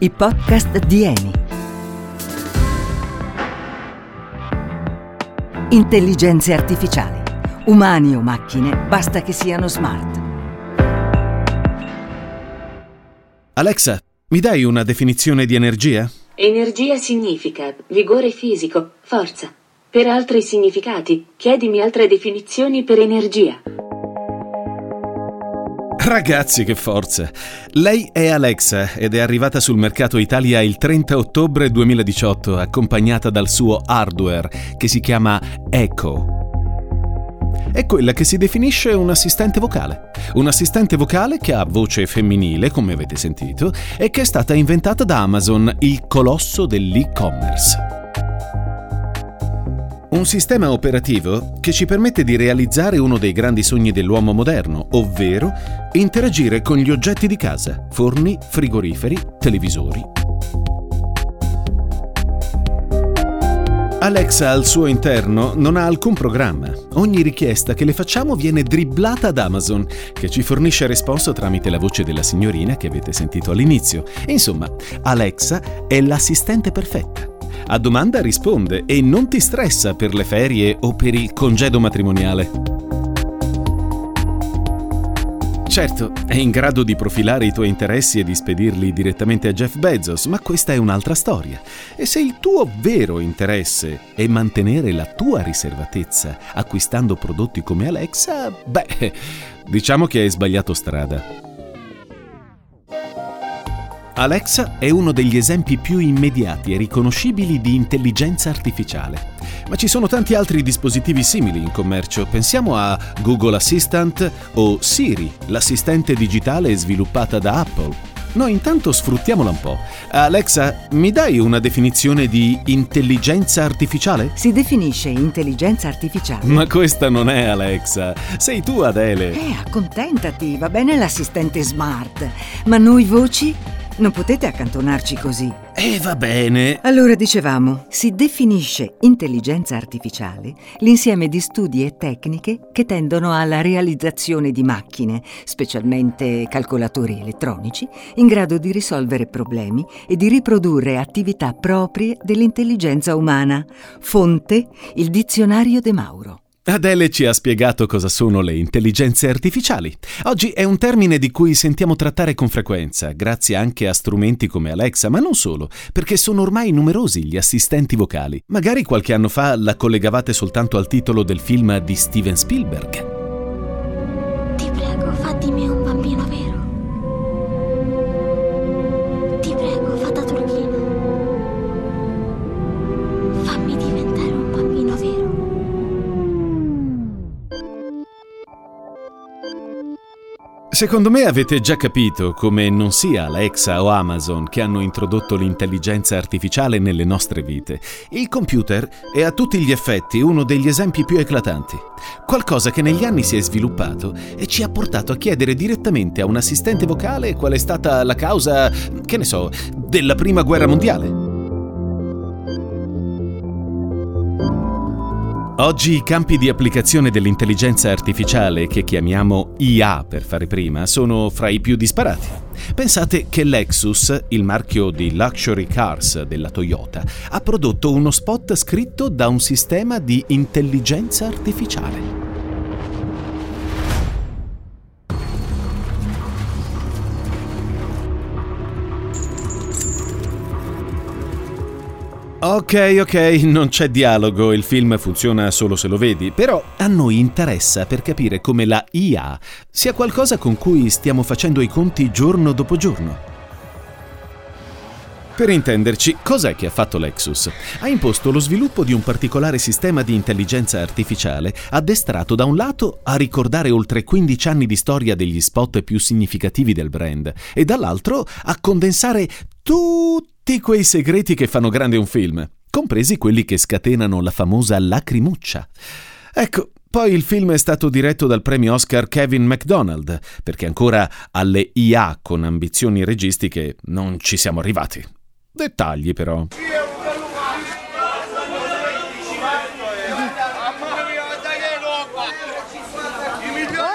i podcast di Eni. Intelligenze artificiali. Umani o macchine, basta che siano smart. Alexa, mi dai una definizione di energia? Energia significa vigore fisico, forza. Per altri significati, chiedimi altre definizioni per energia. Ragazzi, che forza! Lei è Alexa ed è arrivata sul mercato Italia il 30 ottobre 2018, accompagnata dal suo hardware, che si chiama Echo. È quella che si definisce un assistente vocale. Un assistente vocale che ha voce femminile, come avete sentito, e che è stata inventata da Amazon, il colosso dell'e-commerce. Un sistema operativo che ci permette di realizzare uno dei grandi sogni dell'uomo moderno, ovvero interagire con gli oggetti di casa, forni, frigoriferi, televisori. Alexa al suo interno non ha alcun programma. Ogni richiesta che le facciamo viene dribblata ad Amazon, che ci fornisce risposta tramite la voce della signorina che avete sentito all'inizio. Insomma, Alexa è l'assistente perfetta. A domanda risponde e non ti stressa per le ferie o per il congedo matrimoniale. Certo, è in grado di profilare i tuoi interessi e di spedirli direttamente a Jeff Bezos, ma questa è un'altra storia. E se il tuo vero interesse è mantenere la tua riservatezza acquistando prodotti come Alexa, diciamo che hai sbagliato strada. Alexa è uno degli esempi più immediati e riconoscibili di intelligenza artificiale. Ma ci sono tanti altri dispositivi simili in commercio. Pensiamo a Google Assistant o Siri, l'assistente digitale sviluppata da Apple. Noi intanto sfruttiamola un po'. Alexa, mi dai una definizione di intelligenza artificiale? Si definisce intelligenza artificiale. Ma questa non è Alexa, sei tu, Adele. Accontentati, va bene l'assistente smart. Ma noi voci? Non potete accantonarci così. Va bene. Allora dicevamo, si definisce intelligenza artificiale l'insieme di studi e tecniche che tendono alla realizzazione di macchine, specialmente calcolatori elettronici, in grado di risolvere problemi e di riprodurre attività proprie dell'intelligenza umana. Fonte, il dizionario De Mauro. Adele ci ha spiegato cosa sono le intelligenze artificiali. Oggi è un termine di cui sentiamo trattare con frequenza, grazie anche a strumenti come Alexa, ma non solo, perché sono ormai numerosi gli assistenti vocali. Magari qualche anno fa la collegavate soltanto al titolo del film di Steven Spielberg. Ti prego, fa di me un bambino vero. Ti prego, fa da turchina. Fammi diventare un bambino vero. Secondo me avete già capito come non sia Alexa o Amazon che hanno introdotto l'intelligenza artificiale nelle nostre vite. Il computer è a tutti gli effetti uno degli esempi più eclatanti. Qualcosa che negli anni si è sviluppato e ci ha portato a chiedere direttamente a un assistente vocale qual è stata la causa, che ne so, della Prima Guerra Mondiale. Oggi i campi di applicazione dell'intelligenza artificiale, che chiamiamo IA per fare prima, sono fra i più disparati. Pensate che Lexus, il marchio di luxury cars della Toyota, ha prodotto uno spot scritto da un sistema di intelligenza artificiale. Ok, non c'è dialogo, il film funziona solo se lo vedi, però a noi interessa per capire come la IA sia qualcosa con cui stiamo facendo i conti giorno dopo giorno. Per intenderci, cos'è che ha fatto Lexus? Ha imposto lo sviluppo di un particolare sistema di intelligenza artificiale addestrato da un lato a ricordare oltre 15 anni di storia degli spot più significativi del brand e dall'altro a condensare tutti quei segreti che fanno grande un film, compresi quelli che scatenano la famosa lacrimuccia. Ecco, poi il film è stato diretto dal premio Oscar Kevin MacDonald, perché ancora alle IA con ambizioni registiche non ci siamo arrivati. Dettagli però.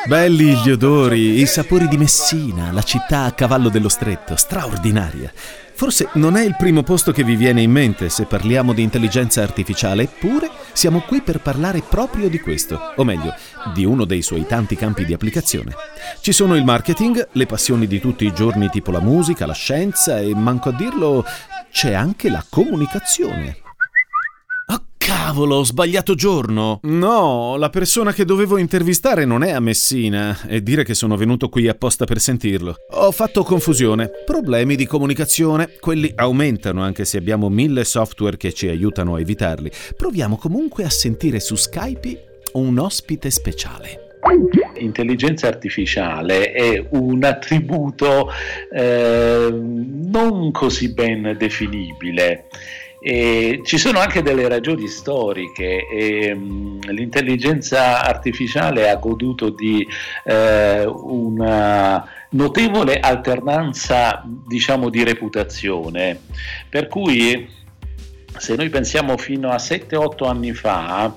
Belli gli odori, i sapori di Messina, la città a cavallo dello stretto, straordinaria. Forse non è il primo posto che vi viene in mente se parliamo di intelligenza artificiale, eppure siamo qui per parlare proprio di questo, o meglio, di uno dei suoi tanti campi di applicazione. Ci sono il marketing, le passioni di tutti i giorni tipo la musica, la scienza e, manco a dirlo, c'è anche la comunicazione. Cavolo, ho sbagliato giorno! No, la persona che dovevo intervistare non è a Messina e dire che sono venuto qui apposta per sentirlo. Ho fatto confusione. Problemi di comunicazione. Quelli aumentano anche se abbiamo 1000 software che ci aiutano a evitarli. Proviamo comunque a sentire su Skype un ospite speciale. Intelligenza artificiale è un attributo non così ben definibile. Ci sono anche delle ragioni storiche. L'intelligenza artificiale ha goduto di una notevole alternanza, diciamo, di reputazione, per cui se noi pensiamo fino a 7-8 anni fa,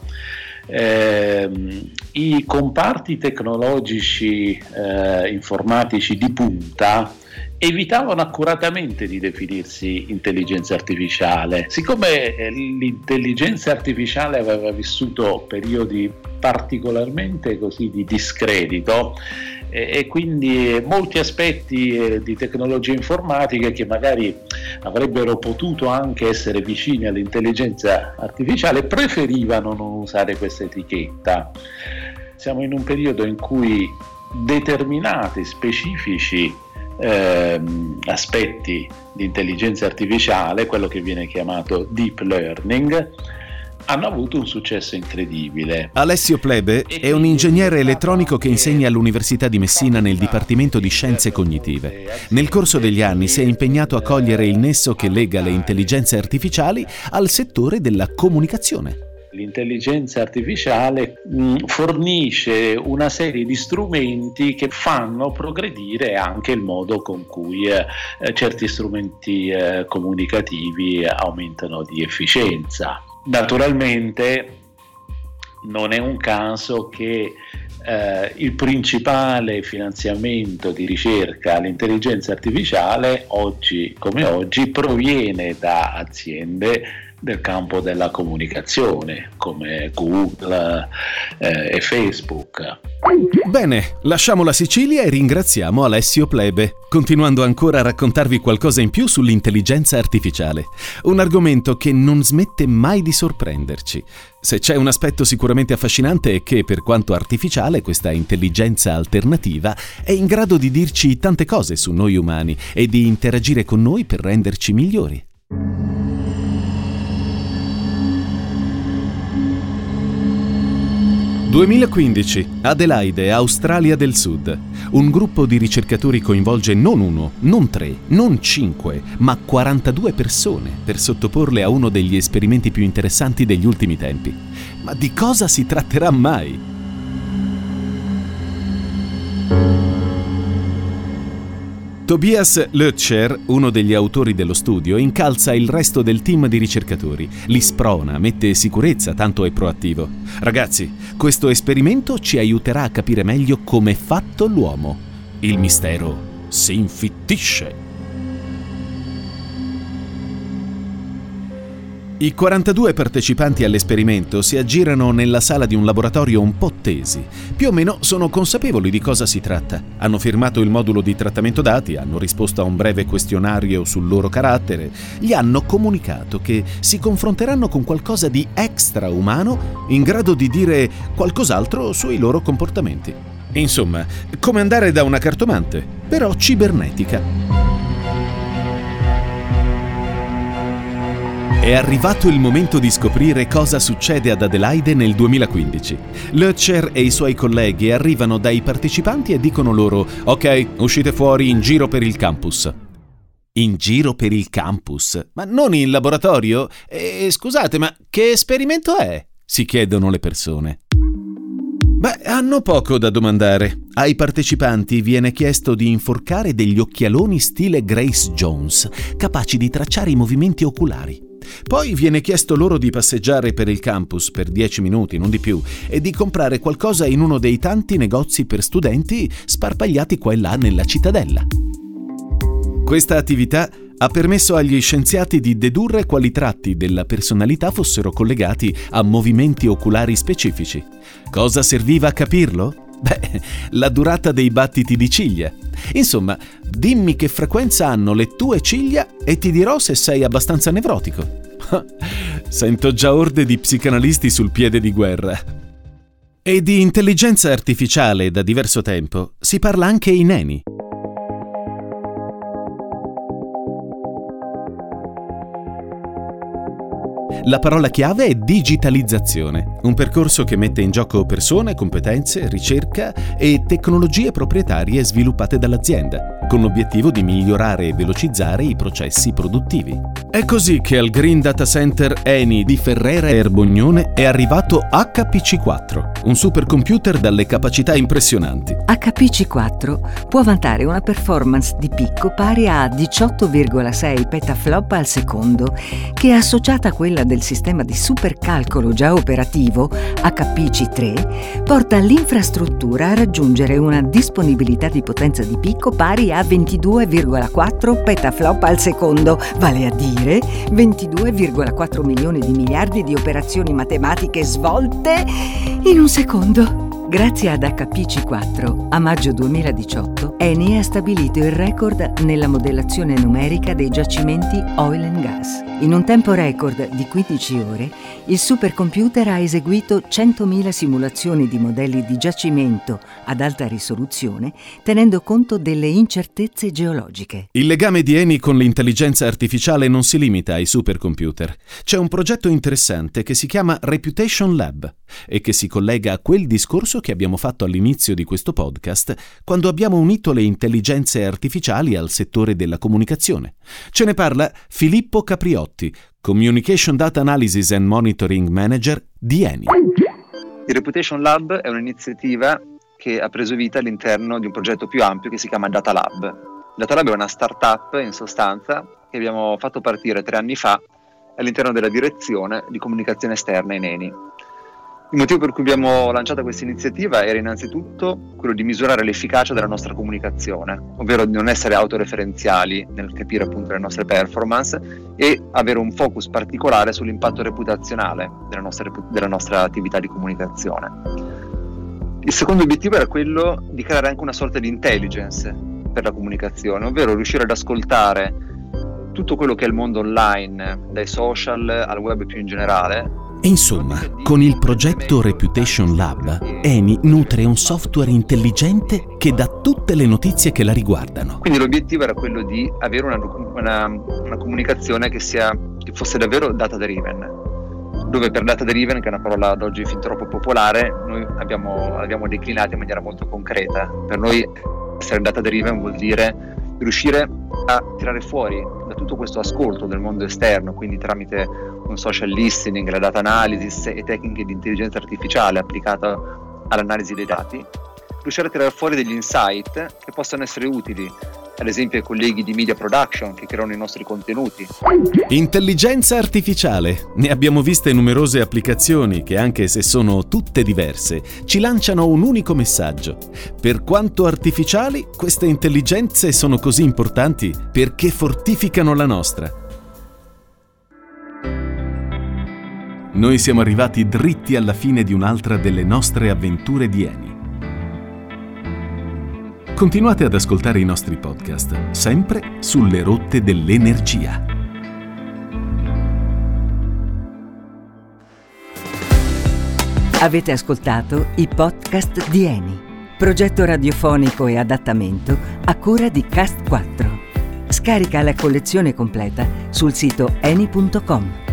i comparti tecnologici informatici di punta evitavano accuratamente di definirsi intelligenza artificiale. Siccome l'intelligenza artificiale aveva vissuto periodi particolarmente così di discredito e quindi molti aspetti di tecnologie informatiche che magari avrebbero potuto anche essere vicini all'intelligenza artificiale preferivano non usare questa etichetta. Siamo in un periodo in cui determinati specifici aspetti di intelligenza artificiale, quello che viene chiamato deep learning, hanno avuto un successo incredibile. Alessio Plebe è un ingegnere elettronico che insegna all'Università di Messina nel Dipartimento di Scienze Cognitive. Nel corso degli anni si è impegnato a cogliere il nesso che lega le intelligenze artificiali al settore della comunicazione. L'intelligenza artificiale fornisce una serie di strumenti che fanno progredire anche il modo con cui certi strumenti comunicativi aumentano di efficienza. Naturalmente non è un caso che il principale finanziamento di ricerca all'intelligenza artificiale oggi come oggi proviene da aziende del campo della comunicazione come Google e Facebook. Bene, lasciamo la Sicilia e ringraziamo Alessio Plebe, continuando ancora a raccontarvi qualcosa in più sull'intelligenza artificiale, un argomento che non smette mai di sorprenderci. Se c'è un aspetto sicuramente affascinante è che, per quanto artificiale, questa intelligenza alternativa è in grado di dirci tante cose su noi umani e di interagire con noi per renderci migliori. (2015) Adelaide, Australia del Sud. Un gruppo di ricercatori coinvolge non 1, non 3, non 5, ma 42 persone per sottoporle a uno degli esperimenti più interessanti degli ultimi tempi. Ma di cosa si tratterà mai? Tobias Lötscher, uno degli autori dello studio, incalza il resto del team di ricercatori, li sprona, mette sicurezza, tanto è proattivo. Ragazzi, questo esperimento ci aiuterà a capire meglio com'è fatto l'uomo. Il mistero si infittisce. I 42 partecipanti all'esperimento si aggirano nella sala di un laboratorio un po' tesi. Più o meno sono consapevoli di cosa si tratta. Hanno firmato il modulo di trattamento dati, hanno risposto a un breve questionario sul loro carattere, gli hanno comunicato che si confronteranno con qualcosa di extraumano in grado di dire qualcos'altro sui loro comportamenti. Insomma, come andare da una cartomante, però cibernetica. È arrivato il momento di scoprire cosa succede ad Adelaide nel 2015. Lötscher e i suoi colleghi arrivano dai partecipanti e dicono loro: ok, uscite fuori in giro per il campus. In giro per il campus? Ma non in laboratorio? Scusate, ma che esperimento è? Si chiedono le persone. Beh, hanno poco da domandare. Ai partecipanti viene chiesto di inforcare degli occhialoni stile Grace Jones, capaci di tracciare i movimenti oculari. Poi viene chiesto loro di passeggiare per il campus per 10 minuti, non di più, e di comprare qualcosa in uno dei tanti negozi per studenti sparpagliati qua e là nella cittadella. Questa attività ha permesso agli scienziati di dedurre quali tratti della personalità fossero collegati a movimenti oculari specifici. Cosa serviva a capirlo? La durata dei battiti di ciglia. Insomma, dimmi che frequenza hanno le tue ciglia e ti dirò se sei abbastanza nevrotico. Sento già orde di psicanalisti sul piede di guerra. E di intelligenza artificiale da diverso tempo si parla anche in ENI. La parola chiave è digitalizzazione, un percorso che mette in gioco persone, competenze, ricerca e tecnologie proprietarie sviluppate dall'azienda, con l'obiettivo di migliorare e velocizzare i processi produttivi. È così che al Green Data Center ENI di Ferrera e Erbognone è arrivato HPC4, un supercomputer dalle capacità impressionanti. HPC4 può vantare una performance di picco pari a 18,6 petaflop al secondo, che è associata a quella del sistema di supercalcolo già operativo HPC3, porta l'infrastruttura a raggiungere una disponibilità di potenza di picco pari a 22,4 petaflop al secondo, vale a dire 22,4 milioni di miliardi di operazioni matematiche svolte in un secondo. Grazie ad HPC4, a maggio 2018, ENI ha stabilito il record nella modellazione numerica dei giacimenti oil and gas. In un tempo record di 15 ore, il supercomputer ha eseguito 100.000 simulazioni di modelli di giacimento ad alta risoluzione, tenendo conto delle incertezze geologiche. Il legame di ENI con l'intelligenza artificiale non si limita ai supercomputer. C'è un progetto interessante che si chiama Reputation Lab e che si collega a quel discorso che abbiamo fatto all'inizio di questo podcast, quando abbiamo unito le intelligenze artificiali al settore della comunicazione. Ce ne parla Filippo Capriotti, Communication Data Analysis and Monitoring Manager di ENI. Il Reputation Lab è un'iniziativa che ha preso vita all'interno di un progetto più ampio che si chiama Data Lab. Data Lab è una startup, in sostanza, che abbiamo fatto partire 3 anni fa all'interno della direzione di comunicazione esterna in ENI. Il motivo per cui abbiamo lanciato questa iniziativa era innanzitutto quello di misurare l'efficacia della nostra comunicazione, ovvero di non essere autoreferenziali nel capire appunto le nostre performance e avere un focus particolare sull'impatto reputazionale della nostra attività di comunicazione. Il secondo obiettivo era quello di creare anche una sorta di intelligence per la comunicazione, ovvero riuscire ad ascoltare tutto quello che è il mondo online, dai social al web più in generale. E insomma, con il progetto Reputation Lab, ENI nutre un software intelligente che dà tutte le notizie che la riguardano. Quindi l'obiettivo era quello di avere una comunicazione che fosse davvero data driven, dove per data driven, che è una parola ad oggi fin troppo popolare, noi l'abbiamo declinata in maniera molto concreta. Per noi essere data driven vuol dire riuscire a tirare fuori da tutto questo ascolto del mondo esterno, quindi tramite un social listening, la data analysis e tecniche di intelligenza artificiale applicata all'analisi dei dati, riuscire a tirare fuori degli insight che possono essere utili, ad esempio ai colleghi di media production che creano i nostri contenuti. Intelligenza artificiale. Ne abbiamo viste numerose applicazioni che, anche se sono tutte diverse, ci lanciano un unico messaggio. Per quanto artificiali, queste intelligenze sono così importanti perché fortificano la nostra. Noi siamo arrivati dritti alla fine di un'altra delle nostre avventure di ENI. Continuate ad ascoltare i nostri podcast, sempre sulle rotte dell'energia. Avete ascoltato i podcast di ENI, progetto radiofonico e adattamento a cura di Cast 4. Scarica la collezione completa sul sito eni.com.